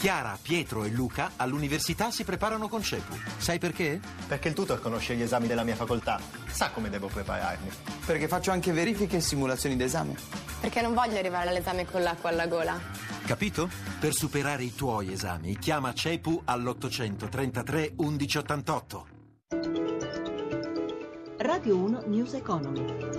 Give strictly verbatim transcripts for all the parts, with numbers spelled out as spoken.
Chiara, Pietro e Luca all'università si preparano con CEPU. Sai perché? Perché il tutor conosce gli esami della mia facoltà, sa come devo prepararmi. Perché faccio anche verifiche e simulazioni d'esame. Perché non voglio arrivare all'esame con l'acqua alla gola. Capito? Per superare i tuoi esami, chiama CEPU all'ottocentotrentatré undici ottantotto. Radio uno News Economy.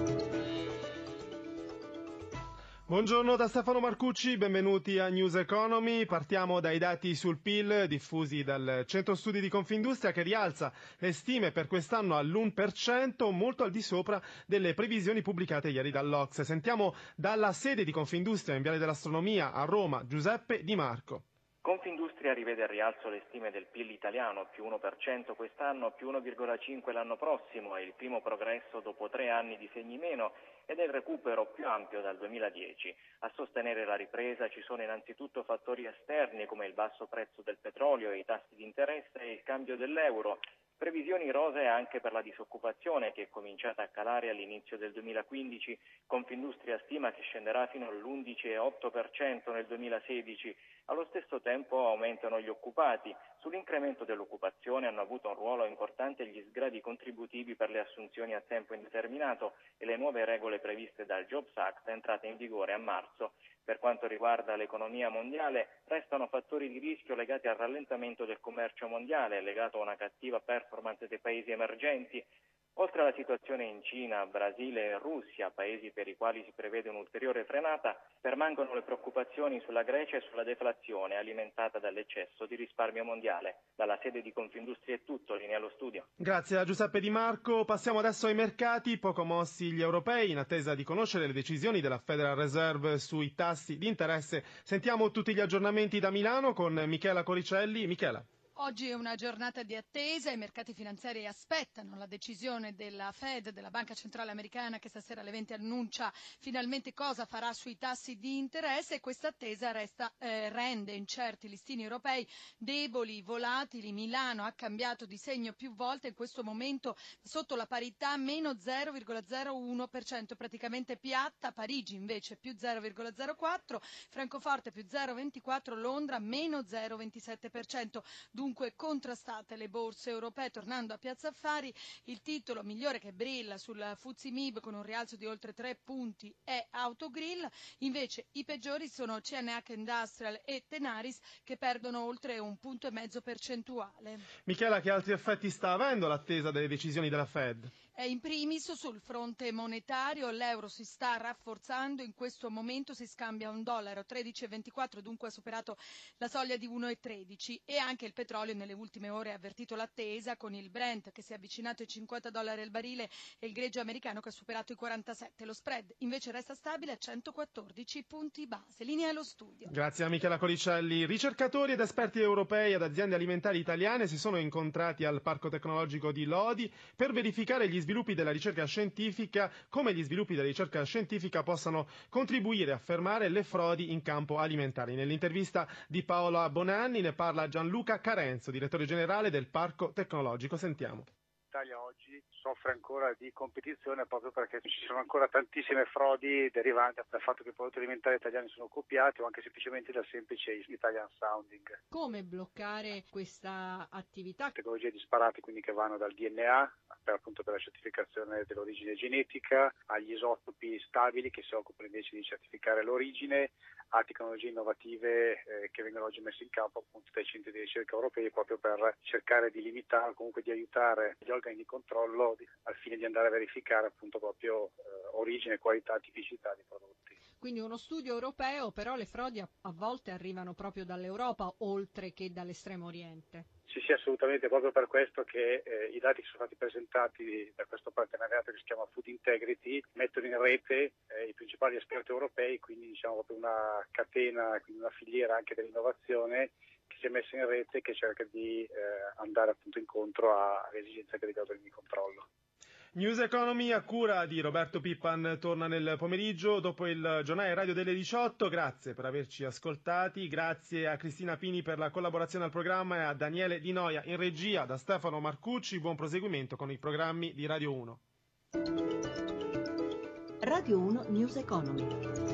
Buongiorno da Stefano Marcucci, benvenuti a News Economy. Partiamo dai dati sul P I L diffusi dal Centro Studi di Confindustria, che rialza le stime per quest'anno all'uno per cento, molto al di sopra delle previsioni pubblicate ieri dall'O C S E. Sentiamo dalla sede di Confindustria in Viale dell'Astronomia a Roma Giuseppe Di Marco. Confindustria rivede al rialzo le stime del P I L italiano, più uno per cento quest'anno, più uno virgola cinque per cento l'anno prossimo, è il primo progresso dopo tre anni di segni meno ed è il recupero più ampio dal duemiladieci. A sostenere la ripresa ci sono innanzitutto fattori esterni come il basso prezzo del petrolio, i tassi di interesse e il cambio dell'euro. Previsioni rosee anche per la disoccupazione, che è cominciata a calare all'inizio del duemilaquindici. Confindustria stima che scenderà fino all'undici virgola otto per cento nel duemilasedici. Allo stesso tempo aumentano gli occupati. Sull'incremento dell'occupazione hanno avuto un ruolo importante gli sgravi contributivi per le assunzioni a tempo indeterminato e le nuove regole previste dal Jobs Act, entrate in vigore a marzo. Per quanto riguarda l'economia mondiale, restano fattori di rischio legati al rallentamento del commercio mondiale, legato a una cattiva performance dei paesi emergenti. Oltre alla situazione in Cina, Brasile e Russia, paesi per i quali si prevede un'ulteriore frenata, permangono le preoccupazioni sulla Grecia e sulla deflazione alimentata dall'eccesso di risparmio mondiale. Dalla sede di Confindustria è tutto, linea allo studio. Grazie a Giuseppe Di Marco. Passiamo adesso ai mercati, poco mossi gli europei in attesa di conoscere le decisioni della Federal Reserve sui tassi di interesse. Sentiamo tutti gli aggiornamenti da Milano con Michela Coricelli. Michela. Oggi è una giornata di attesa, i mercati finanziari aspettano la decisione della Fed, della Banca Centrale Americana, che stasera alle venti annuncia finalmente cosa farà sui tassi di interesse, e questa attesa resta, eh, rende incerti i listini europei, deboli, volatili. Milano ha cambiato di segno più volte, in questo momento sotto la parità meno zero virgola zero uno per cento, praticamente piatta. Parigi invece più zero virgola zero quattro per cento, Francoforte più zero virgola ventiquattro per cento, Londra meno zero virgola ventisette per cento. Dunque contrastate le borse europee. Tornando a Piazza Affari, il titolo migliore che brilla sul F T S E M I B con un rialzo di oltre tre punti è Autogrill, invece i peggiori sono C N H Industrial e Tenaris, che perdono oltre un punto e mezzo percentuale. Michela, che altri effetti sta avendo l'attesa delle decisioni della Fed? In primis sul fronte monetario l'euro si sta rafforzando, in questo momento si scambia un dollaro tredici virgola ventiquattro, dunque ha superato la soglia di uno virgola tredici, e anche il petrolio nelle ultime ore ha avvertito l'attesa, con il Brent che si è avvicinato ai cinquanta dollari al barile e il greggio americano che ha superato i quarantasette. Lo spread invece resta stabile a centoquattordici punti base. Linea allo studio. Grazie a Michela Coricelli. Ricercatori ed esperti europei ed aziende alimentari italiane si sono incontrati al Parco Tecnologico di Lodi per verificare gli sviluppi della ricerca scientifica, come gli sviluppi della ricerca scientifica possano contribuire a fermare le frodi in campo alimentare. Nell'intervista di Paola Bonanni ne parla Gianluca Carenzo, direttore generale del Parco Tecnologico. Sentiamo. L'Italia oggi soffre ancora di competizione proprio perché ci sono ancora tantissime frodi derivanti dal fatto che i prodotti alimentari italiani sono copiati o anche semplicemente dal semplice Italian sounding. Come bloccare questa attività? Tecnologie disparate, quindi che vanno dal D N A per appunto per la certificazione dell'origine genetica, agli isotopi stabili che si occupano invece di certificare l'origine, a tecnologie innovative eh, che vengono oggi messe in campo appunto dai centri di ricerca europei proprio per cercare di limitare, comunque di aiutare gli organi di controllo di, al fine di andare a verificare appunto proprio eh, origine, qualità, tipicità dei prodotti. Quindi uno studio europeo, però le frodi a, a volte arrivano proprio dall'Europa oltre che dall'estremo oriente. Sì, sì, assolutamente, proprio per questo che eh, i dati che sono stati presentati da questo partenariato che si chiama Food Integrity mettono in rete eh, i principali esperti europei, quindi diciamo proprio una catena, quindi una filiera anche dell'innovazione che si è messa in rete e che cerca di eh, andare appunto incontro alle esigenze degli organi di controllo. News Economy a cura di Roberto Pippan torna nel pomeriggio dopo il giornale radio delle diciotto. Grazie per averci ascoltati, grazie a Cristina Pini per la collaborazione al programma e a Daniele Di Noia in regia. Da Stefano Marcucci, buon proseguimento con i programmi di Radio uno. Radio uno News Economy.